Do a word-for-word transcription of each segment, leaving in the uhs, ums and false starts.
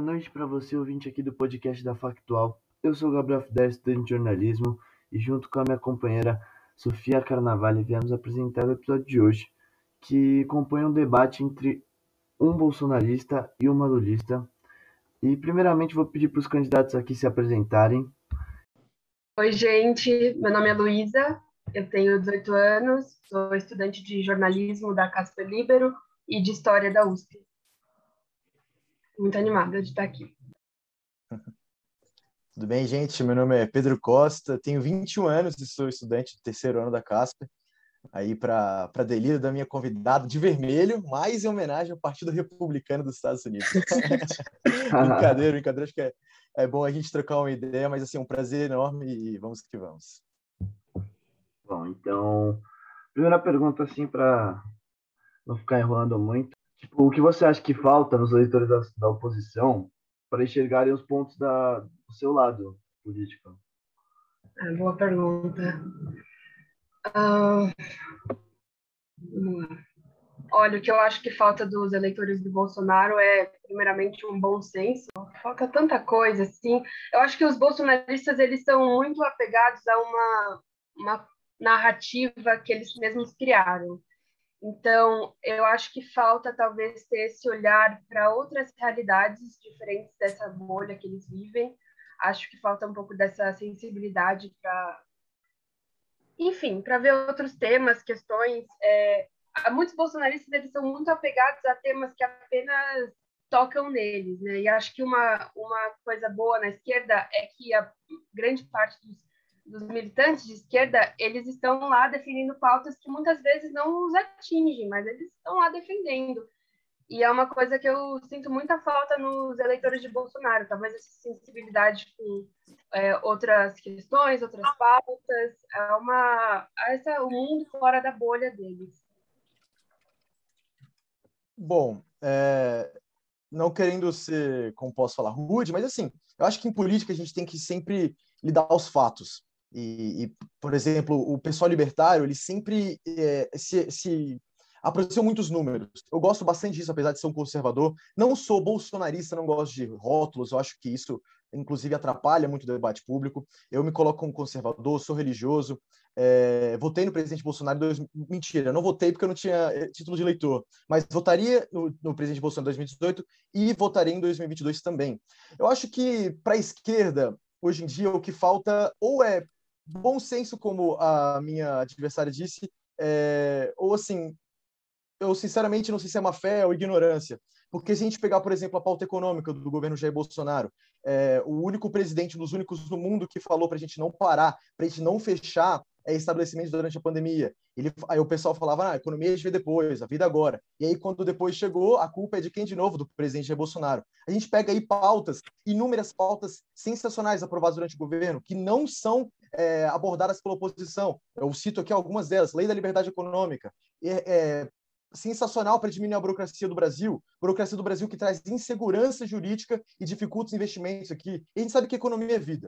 noite para você, ouvinte aqui do podcast da Factual. Eu sou o Gabriel Fidel, estudante de jornalismo, e junto com a minha companheira Sofia Carnavale viemos apresentar o episódio de hoje, que compõe um debate entre um bolsonarista e uma lulista. E primeiramente vou pedir para os candidatos aqui se apresentarem. Oi, gente, meu nome é Luísa, eu tenho dezoito anos, sou estudante de jornalismo da Casper Libero e de História da U S P. Muito animada de estar aqui. Tudo bem, gente? Meu nome é Pedro Costa, tenho vinte e um anos e sou estudante do terceiro ano da Casper. Aí, para a delírio da minha convidada de vermelho, mais em homenagem ao Partido Republicano dos Estados Unidos. Brincadeira, brincadeira. Acho que é, é bom a gente trocar uma ideia, mas assim, um prazer enorme e vamos que vamos. Bom, então, primeira pergunta, assim, para não ficar enrolando muito. Tipo, o que você acha que falta nos eleitores da, da oposição para enxergarem os pontos da, do seu lado político? Ah, boa pergunta. Ah, vamos lá. Olha, o que eu acho que falta dos eleitores do Bolsonaro é, primeiramente, um bom senso. Falta tanta coisa, assim. Eu acho que os bolsonaristas, eles são muito apegados a uma, uma narrativa que eles mesmos criaram. Então, eu acho que falta, talvez, ter esse olhar para outras realidades diferentes dessa bolha que eles vivem. Acho que falta um pouco dessa sensibilidade para, enfim, para ver outros temas, questões. É, muitos bolsonaristas, eles são muito apegados a temas que apenas tocam neles, né? E acho que uma, uma coisa boa na esquerda é que a grande parte dos dos militantes de esquerda, eles estão lá defendendo pautas que muitas vezes não os atingem, mas eles estão lá defendendo. E é uma coisa que eu sinto muita falta nos eleitores de Bolsonaro, talvez essa sensibilidade com é, outras questões, outras pautas, é uma, esse é o mundo fora da bolha deles. Bom, é, não querendo ser, como posso falar, rude, mas assim, eu acho que em política a gente tem que sempre lidar aos fatos. E, e, por exemplo, o pessoal libertário, ele sempre é, se, se aproxima muitos números. Eu gosto bastante disso, apesar de ser um conservador. Não sou bolsonarista, não gosto de rótulos, eu acho que isso, inclusive, atrapalha muito o debate público. Eu me coloco como conservador, sou religioso, é, votei no presidente Bolsonaro em dois... Mentira, não votei porque eu não tinha título de eleitor, mas votaria no, no presidente Bolsonaro em dois mil e dezoito e votaria em dois mil e vinte e dois também. Eu acho que, para a esquerda, hoje em dia, o que falta ou é bom senso, como a minha adversária disse, é, ou assim, eu sinceramente não sei se é má fé ou ignorância, porque se a gente pegar, por exemplo, a pauta econômica do governo Jair Bolsonaro, é, o único presidente, um dos únicos no mundo que falou para a gente não parar, para a gente não fechar é, estabelecimentos durante a pandemia. Ele, aí o pessoal falava, ah, a economia a gente vê depois, a vida agora. E aí, quando depois chegou, a culpa é de quem, de novo? Do presidente Jair Bolsonaro. A gente pega aí pautas, inúmeras pautas sensacionais aprovadas durante o governo, que não são é, abordadas pela oposição. Eu cito aqui algumas delas. Lei da Liberdade Econômica, é, é, sensacional para diminuir a burocracia do Brasil, burocracia do Brasil que traz insegurança jurídica e dificulta os investimentos aqui. E a gente sabe que economia é vida.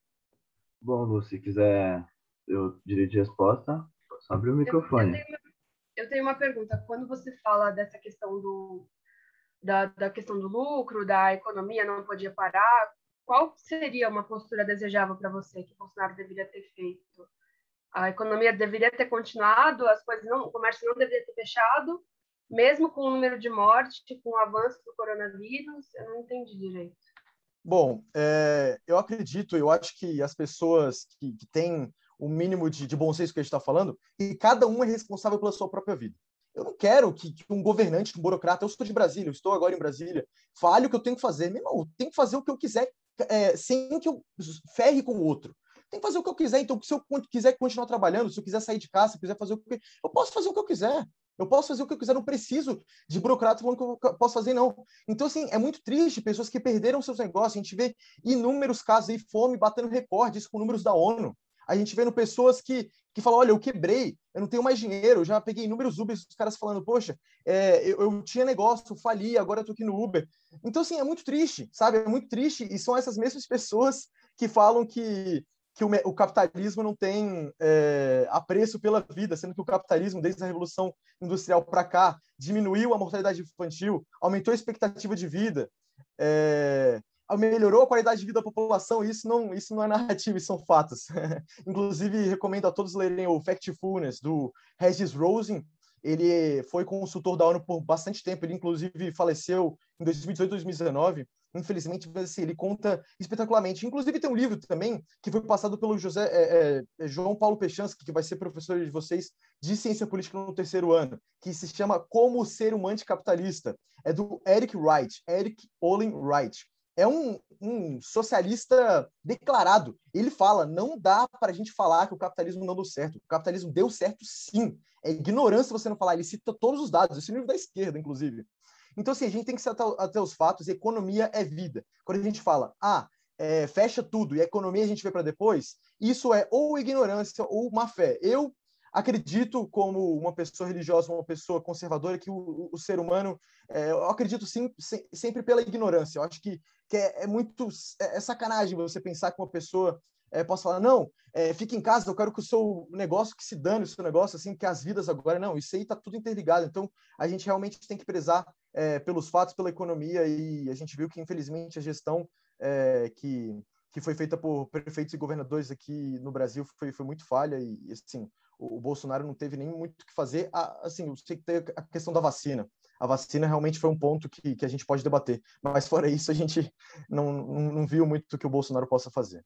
Bom, Lu, se quiser eu direito de resposta, só abre o microfone. Eu, eu, tenho, eu tenho uma pergunta. Quando você fala dessa questão do, da, da questão do lucro, da economia não podia parar, qual seria uma postura desejável para você que o Bolsonaro deveria ter feito? A economia deveria ter continuado, as coisas não, o comércio não deveria ter fechado, mesmo com o número de mortes, com o avanço do coronavírus? Eu não entendi direito. Bom, é, eu acredito, eu acho que as pessoas que, que têm o mínimo de, de bom senso que a gente está falando, e cada um é responsável pela sua própria vida. Eu não quero que, que um governante, um burocrata, eu sou de Brasília, eu estou agora em Brasília, fale o que eu tenho que fazer. Meu irmão, eu tenho que fazer o que eu quiser, é, sem que eu ferre com o outro. Tem que fazer o que eu quiser. Então, se eu quiser continuar trabalhando, se eu quiser sair de casa, se eu quiser fazer o que... Eu posso fazer o que eu quiser. Eu posso fazer o que eu quiser. Não preciso de burocrata falando que eu posso fazer, não. Então, assim, é muito triste pessoas que perderam seus negócios. A gente vê inúmeros casos aí, fome batendo recordes com números da ONU. A gente vendo pessoas que, que falam, olha, eu quebrei, eu não tenho mais dinheiro, eu já peguei inúmeros Ubers, os caras falando, poxa, é, eu, eu tinha negócio, eu fali, agora eu tô aqui no Uber. Então, assim, é muito triste, sabe? É muito triste. E são essas mesmas pessoas que falam que que o, o capitalismo não tem é, apreço pela vida, sendo que o capitalismo, desde a Revolução Industrial para cá, diminuiu a mortalidade infantil, aumentou a expectativa de vida, é, melhorou a qualidade de vida da população. Isso não, isso não é narrativa, isso são fatos. Inclusive, recomendo a todos lerem o Factfulness, do Regis Rosen. Ele foi consultor da ONU por bastante tempo, ele inclusive faleceu em dois mil e dezoito, dois mil e dezenove, infelizmente, mas assim, ele conta espetacularmente. Inclusive tem um livro também que foi passado pelo José, é, é, João Paulo Pechansky, que vai ser professor de vocês de Ciência Política no terceiro ano, que se chama Como Ser um Anticapitalista. É do Eric Wright, Eric Olin Wright. É um, um socialista declarado. Ele fala, não dá para a gente falar que o capitalismo não deu certo. O capitalismo deu certo, sim. É ignorância você não falar. Ele cita todos os dados. Esse livro da esquerda, inclusive. Então, assim, a gente tem que ser até, até os fatos. Economia é vida. Quando a gente fala, ah, é, fecha tudo e a economia a gente vê para depois, isso é ou ignorância ou má fé. Eu acredito, como uma pessoa religiosa, uma pessoa conservadora, que o, o ser humano, é, eu acredito sim, se, sempre pela ignorância. Eu acho que, que é, é muito é, é sacanagem você pensar que uma pessoa é, possa falar, não, é, fique em casa, eu quero que o seu negócio, que se dane o seu negócio, assim, que as vidas agora, não, isso aí está tudo interligado. Então, a gente realmente tem que prezar é, pelos fatos, pela economia, e a gente viu que, infelizmente, a gestão é, que, que foi feita por prefeitos e governadores aqui no Brasil foi, foi muito falha, e, assim, o Bolsonaro não teve nem muito o que fazer. Assim, eu sei que tem a questão da vacina. A vacina realmente foi um ponto que, que a gente pode debater. Mas, fora isso, a gente não, não, não viu muito o que o Bolsonaro possa fazer.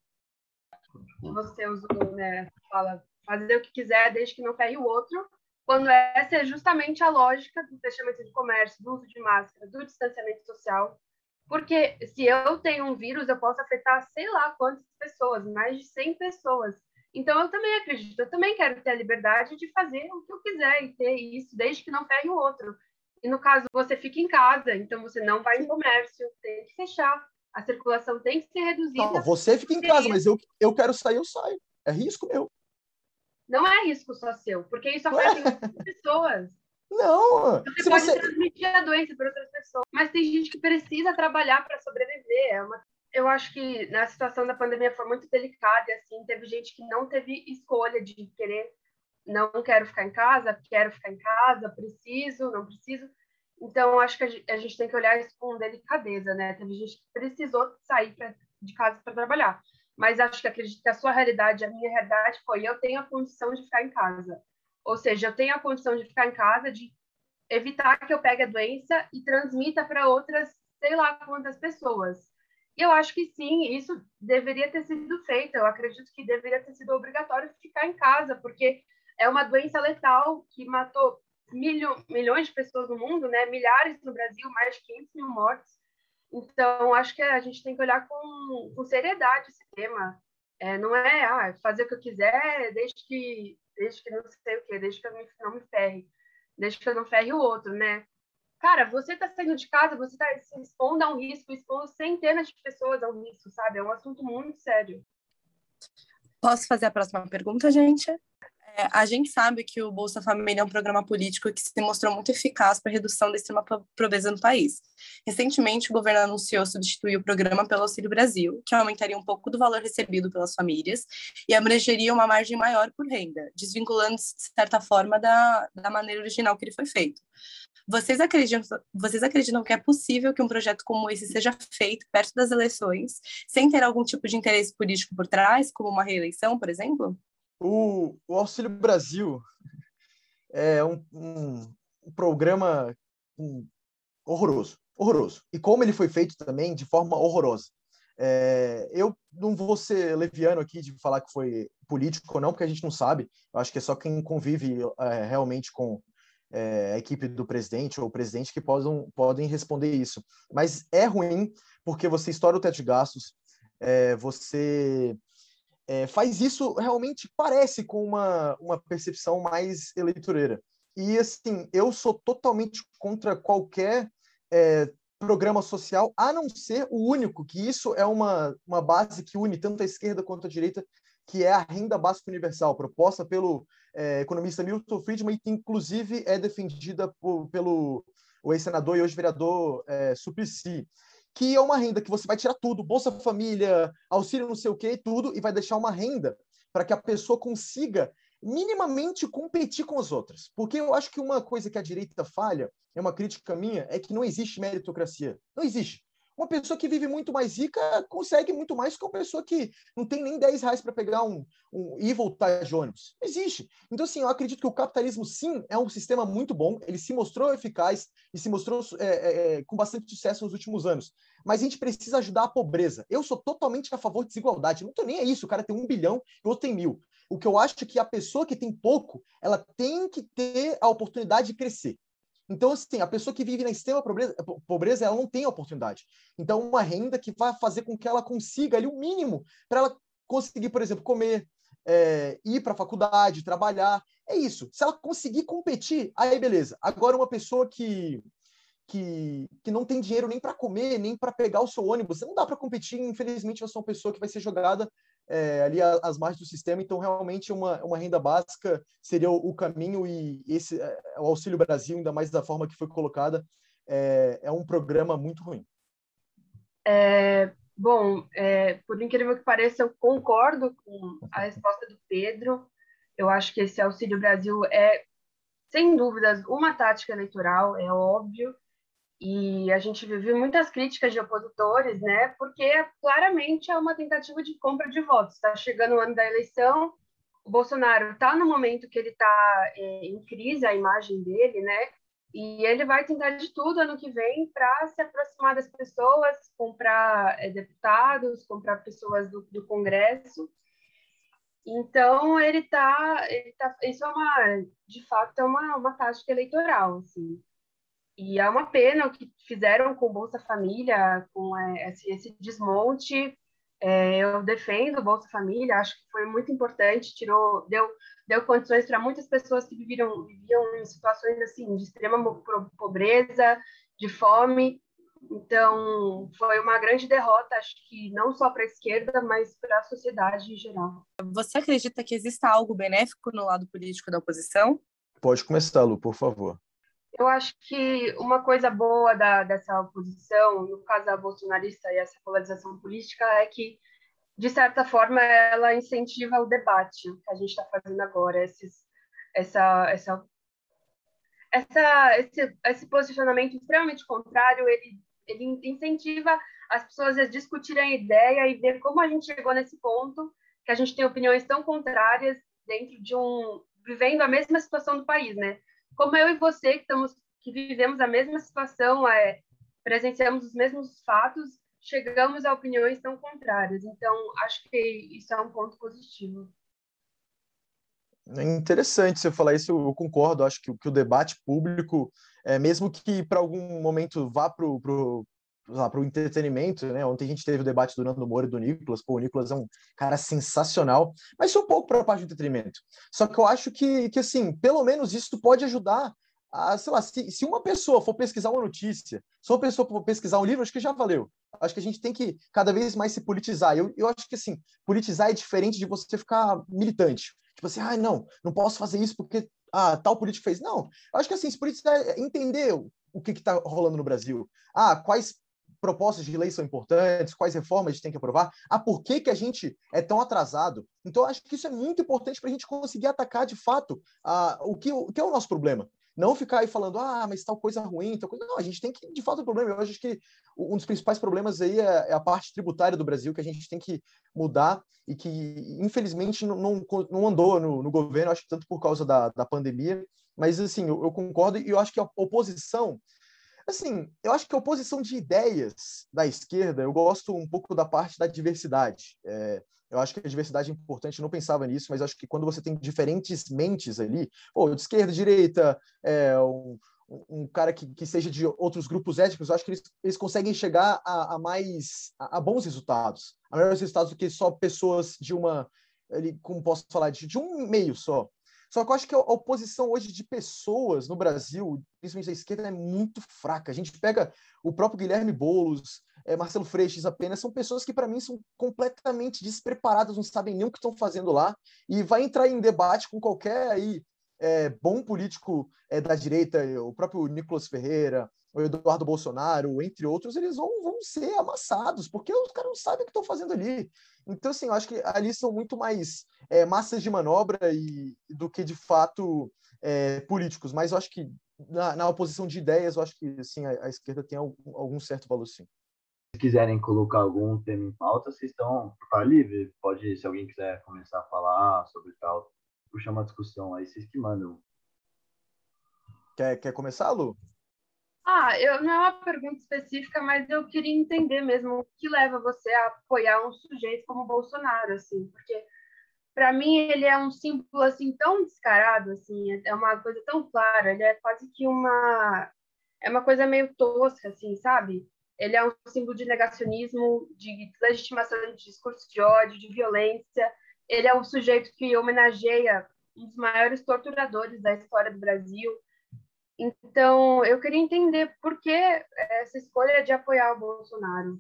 Você usou, né, fala, fazer o que quiser desde que não ferre o outro, quando essa é justamente a lógica do fechamento de comércio, do uso de máscara, do distanciamento social. Porque se eu tenho um vírus, eu posso afetar sei lá quantas pessoas, mais de cem pessoas. Então, eu também acredito, eu também quero ter a liberdade de fazer o que eu quiser e ter isso, desde que não ferre o outro. E, no caso, você fica em casa, então você não vai em comércio, tem que fechar. A circulação tem que ser reduzida. Não, você fica em casa, mas eu, eu quero sair, eu saio. É risco meu. Não é risco só seu, porque isso afeta é. pessoas. Não. Você se pode você... transmitir a doença para outras pessoas, mas tem gente que precisa trabalhar para sobreviver. É uma... Eu acho que na situação da pandemia foi muito delicada, e assim, teve gente que não teve escolha de querer, não quero ficar em casa, quero ficar em casa, preciso, não preciso. Então, acho que a gente tem que olhar isso com delicadeza, né? Teve gente que precisou sair pra, de casa para trabalhar. Mas acho que acredito que a sua realidade, a minha realidade foi, eu tenho a condição de ficar em casa. Ou seja, eu tenho a condição de ficar em casa, de evitar que eu pegue a doença e transmita para outras, sei lá quantas pessoas. E eu acho que sim, isso deveria ter sido feito. Eu acredito que deveria ter sido obrigatório ficar em casa, porque é uma doença letal que matou milho, milhões de pessoas no mundo, né? Milhares no Brasil, mais de quinhentos mil mortes. Então, acho que a gente tem que olhar com, com seriedade esse tema. É, não é ah, fazer o que eu quiser, desde que, desde que não sei o quê, desde que eu me, não me ferre, desde que eu não ferre o outro, né? Cara, você está saindo de casa, você está se expondo a um risco, expondo centenas de pessoas a um risco, sabe? É um assunto muito sério. Posso fazer a próxima pergunta, gente? É, a gente sabe que o Bolsa Família é um programa político que se mostrou muito eficaz para a redução da extrema pobreza no país. Recentemente, o governo anunciou substituir o programa pelo Auxílio Brasil, que aumentaria um pouco do valor recebido pelas famílias e abrangeria uma margem maior por renda, desvinculando-se, de certa forma, da, da maneira original que ele foi feito. Vocês acreditam, vocês acreditam que é possível que um projeto como esse seja feito perto das eleições, sem ter algum tipo de interesse político por trás, como uma reeleição, por exemplo? O, o Auxílio Brasil é um, um, um programa um, horroroso, horroroso. E como ele foi feito também de forma horrorosa. É, eu não vou ser leviano aqui de falar que foi político ou não, porque a gente não sabe. Eu acho que é só quem convive é, realmente com é, a equipe do presidente ou o presidente que podem, podem responder isso. Mas é ruim porque você estoura o teto de gastos, é, você... É, faz isso realmente parece com uma, uma percepção mais eleitoreira. E, assim, eu sou totalmente contra qualquer é, programa social, a não ser o único, que isso é uma, uma base que une tanto a esquerda quanto a direita, que é a renda básica universal, proposta pelo é, economista Milton Friedman, e que, inclusive, é defendida por, pelo o ex-senador e hoje vereador é, Suplicy, que é uma renda que você vai tirar tudo, Bolsa Família, auxílio não sei o quê, tudo, e vai deixar uma renda para que a pessoa consiga minimamente competir com as outras. Porque eu acho que uma coisa que a direita falha, é uma crítica minha, é que não existe meritocracia. Não existe. Uma pessoa que vive muito mais rica consegue muito mais que uma pessoa que não tem nem dez reais para pegar um, um ir e voltar de ônibus. Não existe. Então, assim, eu acredito que o capitalismo, sim, é um sistema muito bom, ele se mostrou eficaz e se mostrou é, é, com bastante sucesso nos últimos anos. Mas a gente precisa ajudar a pobreza. Eu sou totalmente a favor de desigualdade. Não estou nem a isso, o cara tem um bilhão e o outro tem mil. O que eu acho é que a pessoa que tem pouco, ela tem que ter a oportunidade de crescer. Então, assim, a pessoa que vive na extrema pobreza, pobreza, ela não tem oportunidade. Então, uma renda que vai fazer com que ela consiga ali o mínimo para ela conseguir, por exemplo, comer, é, ir para a faculdade, trabalhar. É isso. Se ela conseguir competir, aí beleza. Agora, uma pessoa que, que, que não tem dinheiro nem para comer, nem para pegar o seu ônibus, não dá para competir. Infelizmente, você é uma pessoa que vai ser jogada É, ali às margens do sistema, então realmente uma, uma renda básica seria o, o caminho, e esse é, o Auxílio Brasil, ainda mais da forma que foi colocada, é, é um programa muito ruim. É, bom, é, por incrível que pareça, eu concordo com a resposta do Pedro. Eu acho que esse Auxílio Brasil é, sem dúvidas, uma tática eleitoral, é óbvio, e a gente viu muitas críticas de opositores, né? Porque claramente é uma tentativa de compra de votos. Está chegando o ano da eleição, o Bolsonaro está no momento que ele está é, em crise, a imagem dele, né? E ele vai tentar de tudo ano que vem para se aproximar das pessoas, comprar é, deputados, comprar pessoas do, do Congresso. Então ele está, ele tá, isso é uma, de fato, é uma, uma tática eleitoral, assim. E é uma pena o que fizeram com o Bolsa Família, com é, esse, esse desmonte. É, eu defendo o Bolsa Família, acho que foi muito importante, tirou, deu, deu condições para muitas pessoas que viviam, viviam em situações assim de extrema pobreza, de fome. Então, foi uma grande derrota, acho que não só para a esquerda, mas para a sociedade em geral. Você acredita que exista algo benéfico no lado político da oposição? Pode começar, Lu, por favor. Eu acho que uma coisa boa da, dessa oposição, no caso da bolsonarista e essa polarização política, é que, de certa forma, ela incentiva o debate que a gente está fazendo agora, esses, essa, essa, essa, esse, esse posicionamento extremamente contrário, ele, ele incentiva as pessoas a discutirem a ideia e ver como a gente chegou nesse ponto, que a gente tem opiniões tão contrárias dentro de um... vivendo a mesma situação do país, né? Como eu e você, que, estamos, que vivemos a mesma situação, é, presenciamos os mesmos fatos, chegamos a opiniões tão contrárias. Então, acho que isso é um ponto positivo. É interessante você falar isso, eu concordo. Acho que, que o debate público, é, mesmo que para algum momento vá para o para o entretenimento, né? Ontem a gente teve o debate do Nando Moura e do Nicolas. Pô, o Nicolas é um cara sensacional, mas só um pouco para a parte do entretenimento. Só que eu acho que, que, assim, pelo menos isso pode ajudar a, sei lá, se, se uma pessoa for pesquisar uma notícia, se uma pessoa for pesquisar um livro, acho que já valeu. Acho que a gente tem que cada vez mais se politizar. Eu, eu acho que, assim, politizar é diferente de você ficar militante. Tipo assim, ah, não, não posso fazer isso porque ah, tal político fez. Não, eu acho que, assim, se politizar é entender o que está rolando no Brasil. Ah, quais propostas de lei são importantes, quais reformas a gente tem que aprovar, ah, por que, que a gente é tão atrasado. Então, acho que isso é muito importante para a gente conseguir atacar, de fato, ah, o, que, o que é o nosso problema. Não ficar aí falando, ah, mas tal coisa ruim, tal coisa... Não, a gente tem que, de fato, o problema. Eu acho que um dos principais problemas aí é, é a parte tributária do Brasil, que a gente tem que mudar e que, infelizmente, não, não, não andou no, no governo, acho que tanto por causa da, da pandemia, mas, assim, eu, eu concordo e eu acho que a oposição... Assim, eu acho que a oposição de ideias da esquerda, eu gosto um pouco da parte da diversidade. É, eu acho que a diversidade é importante, eu não pensava nisso, mas acho que quando você tem diferentes mentes ali, ou de esquerda, direita, é, um, um cara que, que seja de outros grupos étnicos, eu acho que eles, eles conseguem chegar a, a mais a, a bons resultados, a melhores resultados do que só pessoas de uma, ali, como posso falar, de, de um meio só. Só que eu acho que a oposição hoje de pessoas no Brasil, principalmente da esquerda, é muito fraca. A gente pega o próprio Guilherme Boulos, é, Marcelo Freixo apenas, são pessoas que, para mim, são completamente despreparadas, não sabem nem o que estão fazendo lá, e vai entrar em debate com qualquer aí, é, bom político é, da direita, o próprio Nicolas Ferreira, o Eduardo Bolsonaro, entre outros, eles vão, vão ser amassados, porque os caras não sabem o que estão fazendo ali. Então, assim, eu acho que ali são muito mais é, massas de manobra e, do que, de fato, é, políticos. Mas eu acho que, na, na oposição de ideias, eu acho que, assim, a, a esquerda tem algum, algum certo valor, sim. Se quiserem colocar algum tema em pauta, vocês estão tá livre. Pode, se alguém quiser começar a falar sobre tal, puxar uma discussão aí, vocês que mandam. Quer, quer começar, Lu? Ah, eu, não é uma pergunta específica, mas eu queria entender mesmo o que leva você a apoiar um sujeito como o Bolsonaro, assim, porque para mim ele é um símbolo assim tão descarado, assim, é uma coisa tão clara, ele é quase que uma é uma coisa meio tosca, assim, sabe? Ele é um símbolo de negacionismo, de legitimação de discurso de ódio, de violência. Ele é um sujeito que homenageia um dos maiores torturadores da história do Brasil. Então, eu queria entender por que essa escolha de apoiar o Bolsonaro.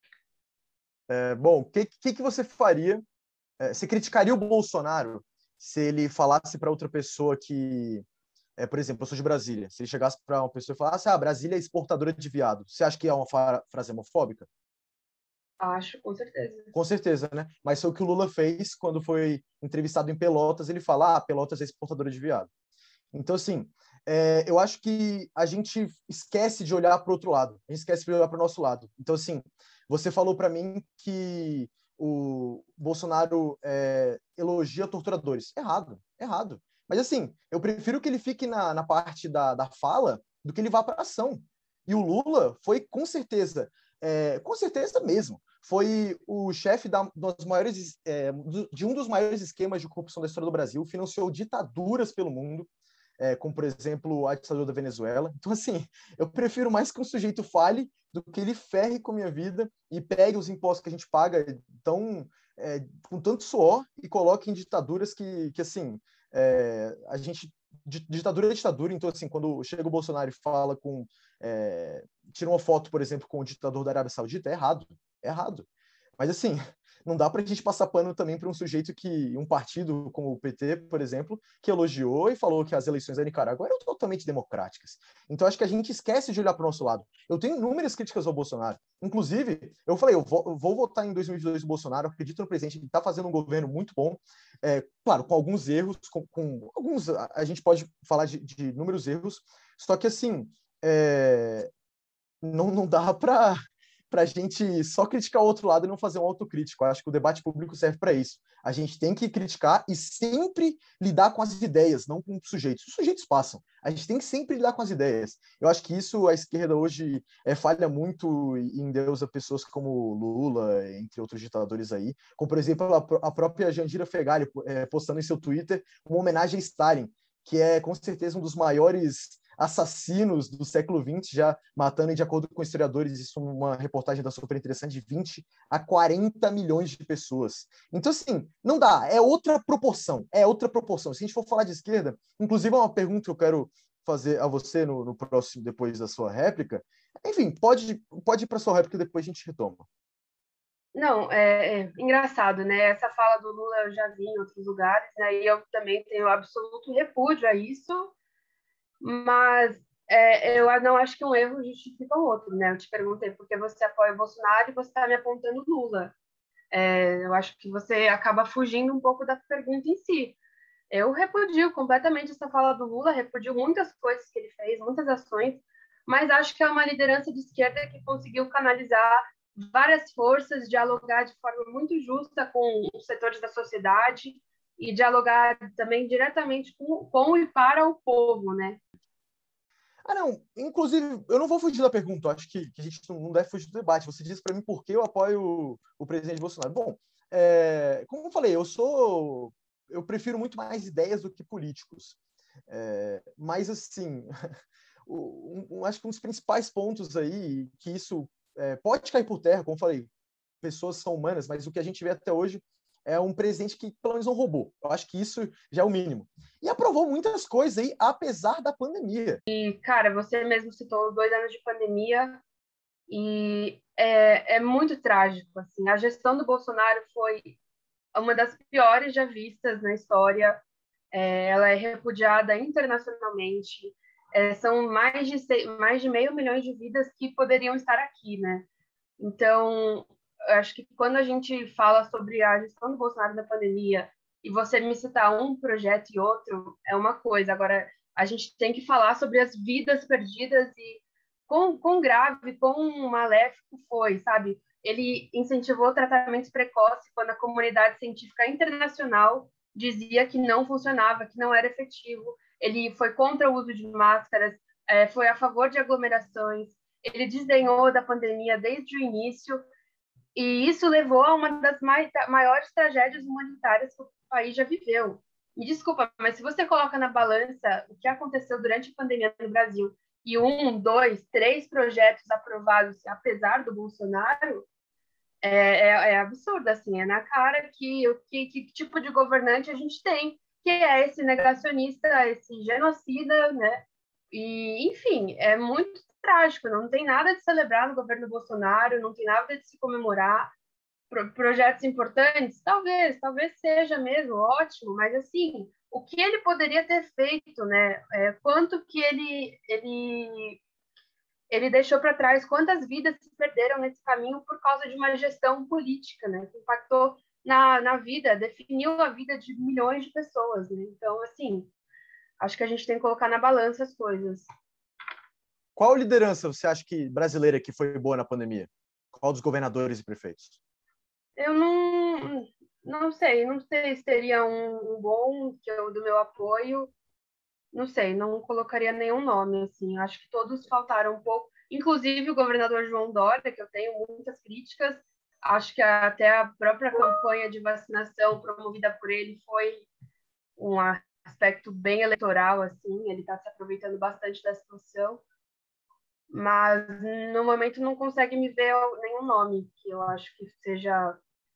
É, bom, o que, que, que você faria? É, você criticaria o Bolsonaro se ele falasse para outra pessoa que, é, por exemplo, eu sou de Brasília. Se ele chegasse para uma pessoa e falasse, ah, Brasília é exportadora de viado. Você acha que é uma fra- frase homofóbica? Acho, com certeza. Com certeza, né? Mas foi o que o Lula fez quando foi entrevistado em Pelotas. Ele fala, ah, Pelotas é exportadora de viado. Então, assim, é, eu acho que a gente esquece de olhar para o outro lado. A gente esquece de olhar para o nosso lado. Então, assim, você falou para mim que o Bolsonaro é, elogia torturadores. Errado, errado. Mas, assim, eu prefiro que ele fique na, na parte da, da fala do que ele vá para a ação. E o Lula foi, com certeza, é, com certeza mesmo, foi o chefe da, das maiores, é, de um dos maiores esquemas de corrupção da história do Brasil, financiou ditaduras pelo mundo, é, como, por exemplo, a ditadura da Venezuela. Então, assim, eu prefiro mais que um sujeito fale do que ele ferre com a minha vida e pegue os impostos que a gente paga tão, é, com tanto suor e coloque em ditaduras que, que assim, é, a gente... Ditadura é ditadura, então, assim, quando chega o Bolsonaro e fala com... É, tira uma foto, por exemplo, com o ditador da Arábia Saudita, é errado, é errado. Mas, assim, não dá para a gente passar pano também para um sujeito que, um partido como o P T, por exemplo, que elogiou e falou que as eleições da Nicarágua eram totalmente democráticas. Então, acho que a gente esquece de olhar para o nosso lado. Eu tenho inúmeras críticas ao Bolsonaro. Inclusive, eu falei, eu vou, eu vou votar em dois mil e vinte e dois no Bolsonaro, eu acredito no presidente, ele está fazendo um governo muito bom, é, claro, com alguns erros, com, com alguns, a gente pode falar de, de inúmeros erros, só que, assim, é, não, não dá para para a gente só criticar o outro lado e não fazer um autocrítico. Eu acho que o debate público serve para isso. A gente tem que criticar e sempre lidar com as ideias, não com os sujeitos. Os sujeitos passam. A gente tem que sempre lidar com as ideias. Eu acho que isso a esquerda hoje é, falha muito e endeusa pessoas como Lula, entre outros ditadores aí, como, por exemplo, a, a própria Jandira Fegali é, postando em seu Twitter uma homenagem a Stalin, que é, com certeza, um dos maiores assassinos do século vinte, já matando, de acordo com historiadores, isso é uma reportagem da super interessante, de vinte a quarenta milhões de pessoas. Então, assim, não dá, é outra proporção, é outra proporção. Se a gente for falar de esquerda, inclusive é uma pergunta que eu quero fazer a você no, no próximo, depois da sua réplica. Enfim, pode, pode ir para a sua réplica e depois a gente retoma. Não, é, é engraçado, né? Essa fala do Lula eu já vi em outros lugares, né? E eu também tenho absoluto repúdio a isso, mas é, eu não acho que um erro justifica o outro, né? Eu te perguntei por que você apoia o Bolsonaro e você está me apontando Lula. É, eu acho que você acaba fugindo um pouco da pergunta em si. Eu repudio completamente essa fala do Lula, repudio muitas coisas que ele fez, muitas ações, mas acho que é uma liderança de esquerda que conseguiu canalizar várias forças, dialogar de forma muito justa com os setores da sociedade e dialogar também diretamente com, com e para o povo, né? Ah, não. Inclusive, eu não vou fugir da pergunta. Eu acho que, que a gente não deve fugir do debate. Você disse para mim por que eu apoio o, o presidente Bolsonaro. Bom, é, como eu falei, eu sou... Eu prefiro muito mais ideias do que políticos. É, mas, assim, um, um, acho que um dos principais pontos aí, que isso é, pode cair por terra, como eu falei, pessoas são humanas, mas o que a gente vê até hoje é um presidente que pelo menos não roubou. Eu acho que isso já é o mínimo. E aprovou muitas coisas aí, apesar da pandemia. E, cara, você mesmo citou dois anos de pandemia e é, é muito trágico, assim. A gestão do Bolsonaro foi uma das piores já vistas na história. É, ela é repudiada internacionalmente. É, são mais de, mais de meio milhão de vidas que poderiam estar aqui, né? Então, eu acho que quando a gente fala sobre a gestão do Bolsonaro na pandemia e você me citar um projeto e outro, é uma coisa. Agora, a gente tem que falar sobre as vidas perdidas e quão, quão grave, quão maléfico foi, sabe? Ele incentivou tratamentos precoces quando a comunidade científica internacional dizia que não funcionava, que não era efetivo. Ele foi contra o uso de máscaras, é, foi a favor de aglomerações, ele desdenhou da pandemia desde o início, e isso levou a uma das mais, maiores tragédias humanitárias que o país já viveu. Me desculpa, mas se você coloca na balança o que aconteceu durante a pandemia no Brasil e um, dois, três projetos aprovados, apesar do Bolsonaro, é, é, é absurdo, assim, é na cara que, que, que tipo de governante a gente tem, que é esse negacionista, esse genocida, né? E, enfim, é muito trágico, não tem nada de celebrar no governo Bolsonaro, não tem nada de se comemorar. Pro, projetos importantes, talvez, talvez seja mesmo, ótimo, mas assim, o que ele poderia ter feito, né? É, quanto que ele, ele, ele deixou para trás, quantas vidas se perderam nesse caminho por causa de uma gestão política, né? Que impactou na, na vida, definiu a vida de milhões de pessoas, né? Então, assim, acho que a gente tem que colocar na balança as coisas. Qual liderança você acha que brasileira que foi boa na pandemia? Qual dos governadores e prefeitos? Eu não, não sei, não sei se teria um, um bom que eu, do meu apoio, não sei, não colocaria nenhum nome, assim, acho que todos faltaram um pouco, inclusive o governador João Dória, que eu tenho muitas críticas, acho que até a própria campanha de vacinação promovida por ele foi um aspecto bem eleitoral, assim, ele está se aproveitando bastante da situação, mas no momento não consegue me ver nenhum nome que eu acho que seja,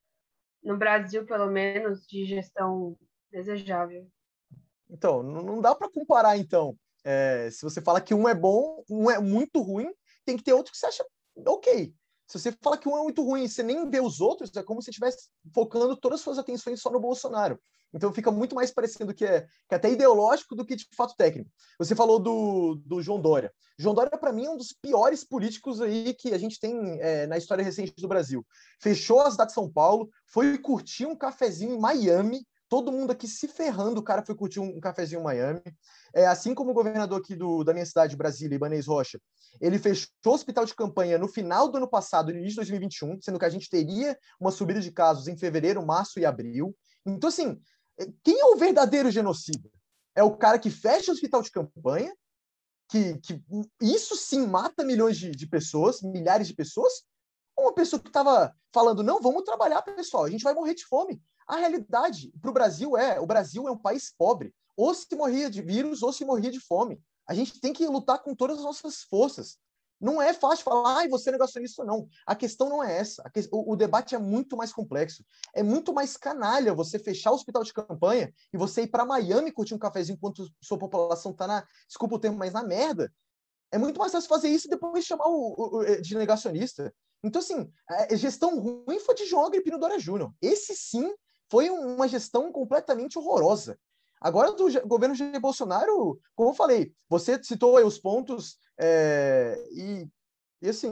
no Brasil, pelo menos, de gestão desejável. Então, não dá para comparar, então. É, se você fala que um é bom, um é muito ruim, tem que ter outro que você acha ok. Se você fala que um é muito ruim e você nem vê os outros, é como se você estivesse focando todas as suas atenções só no Bolsonaro. Então fica muito mais parecendo que é, que é até ideológico do que de fato técnico. Você falou do, do João Dória. João Dória, para mim, é um dos piores políticos aí que a gente tem é, na história recente do Brasil. Fechou a cidade de São Paulo, foi curtir um cafezinho em Miami, todo mundo aqui se ferrando, o cara foi curtir um, um cafezinho em Miami. É, assim como o governador aqui do, da minha cidade, Brasília, Ibanez Rocha, ele fechou o hospital de campanha no final do ano passado, no início de dois mil e vinte e um, sendo que a gente teria uma subida de casos em fevereiro, março e abril. Então, assim, quem é o verdadeiro genocida? É o cara que fecha o hospital de campanha, que, que isso sim mata milhões de, de pessoas, milhares de pessoas, ou uma pessoa que estava falando, não, vamos trabalhar, pessoal, a gente vai morrer de fome. A realidade para o Brasil é, o Brasil é um país pobre. Ou se morria de vírus, ou se morria de fome. A gente tem que lutar com todas as nossas forças. Não é fácil falar, ai, você é negacionista ou não. A questão não é essa. A que... o, o debate é muito mais complexo. É muito mais canalha você fechar o hospital de campanha e você ir para Miami curtir um cafezinho enquanto sua população está na, desculpa o termo, mas na merda. É muito mais fácil fazer isso e depois chamar o, o, o de negacionista. Então, assim, a gestão ruim foi de João Agripino Dória Júnior Esse sim foi uma gestão completamente horrorosa. Agora, do governo Jair Bolsonaro, como eu falei, você citou aí os pontos é, e, e, assim,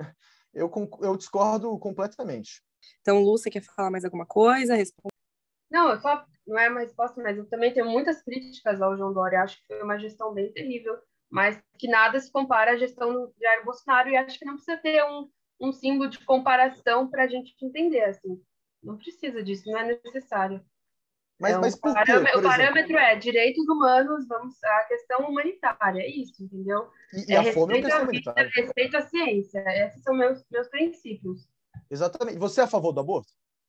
eu, eu discordo completamente. Então, Lu, você quer falar mais alguma coisa? Responde. Não, eu só, não é uma resposta, mas eu também tenho muitas críticas ao João Dória. Acho que foi uma gestão bem terrível, mas que nada se compara à gestão do Jair Bolsonaro, e acho que não precisa ter um, um símbolo de comparação para a gente entender, assim. Não precisa disso, não é necessário. Mas, é um mas por quê? parâmetro, Por o parâmetro é direitos humanos, vamos, a questão humanitária, é isso, entendeu? E, e é a fome é uma respeito questão à vida, humanitária. respeito à ciência. Esses são meus, meus princípios. Exatamente. Você é a favor do aborto?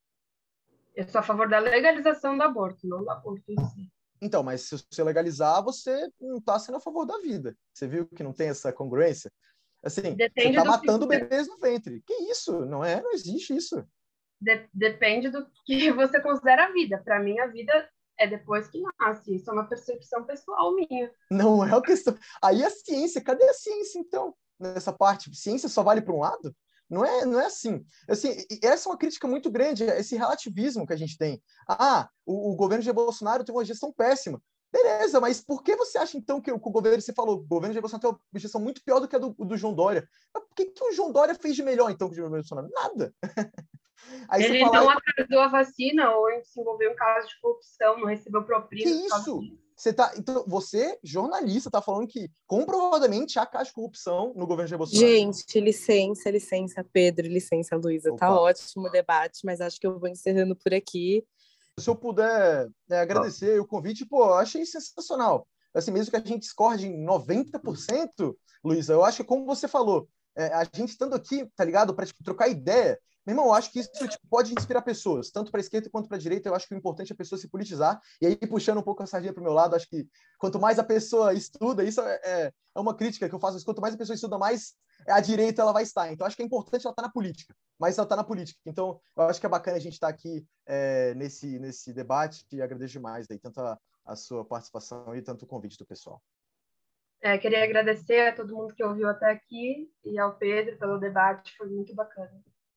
Eu sou a favor da legalização do aborto, não do aborto em si. Então, mas se você legalizar, você não está sendo a favor da vida. Você viu que não tem essa congruência? Assim, Depende você está do matando que... bebês no ventre. Que isso? Não é? Não existe isso. De- depende do que você considera a vida. Para mim, a vida é depois que nasce. Isso é uma percepção pessoal minha. Não é uma questão. Aí a ciência, cadê a ciência, então? Nessa parte, ciência só vale para um lado? Não é, não é assim. Assim, essa é uma crítica muito grande, esse relativismo que a gente tem. Ah, o, o governo de Bolsonaro tem uma gestão péssima. Beleza, mas por que você acha, então, que o, que o governo, você falou, o governo de Bolsonaro tem uma gestão muito pior do que a do, do João Dória? Mas por que, que o João Dória fez de melhor, então, que o governo de Bolsonaro? Nada. Aí Ele você fala, não atrasou a vacina ou se envolveu em caso de corrupção, não recebeu propina. Que isso? Você tá, então, você, jornalista, está falando que comprovadamente há caso de corrupção no governo de Bolsonaro. Gente, licença, licença, Pedro, licença, Luísa. Opa. Tá ótimo o debate, mas acho que eu vou encerrando por aqui. Se eu puder é, agradecer o convite, pô, eu achei sensacional. Assim, mesmo que a gente discorde em noventa por cento, Luísa, eu acho que, como você falou, é, a gente estando aqui, tá ligado, para tipo, trocar ideia, meu irmão, eu acho que isso tipo, pode inspirar pessoas, tanto para a esquerda quanto para a direita. Eu acho que o importante é a pessoa se politizar. E aí, puxando um pouco a sardinha para o meu lado, acho que quanto mais a pessoa estuda, isso é, é, é uma crítica que eu faço, quanto mais a pessoa estuda, mais a direita ela vai estar. Então, acho que é importante ela estar na política, mas ela está na política. Então, eu acho que é bacana a gente estar aqui é, nesse, nesse debate e agradeço demais daí, tanto a, a sua participação e tanto o convite do pessoal. É, queria agradecer a todo mundo que ouviu até aqui e ao Pedro pelo debate, foi muito bacana.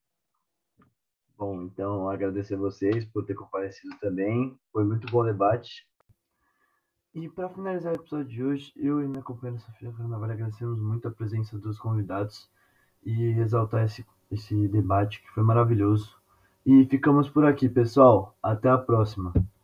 Bom, então agradecer a vocês por ter comparecido também, foi muito bom o debate. E para finalizar o episódio de hoje, eu e minha companheira Sofia Carnaval agradecemos muito a presença dos convidados e exaltar esse, esse debate que foi maravilhoso. E ficamos por aqui, pessoal. Até a próxima.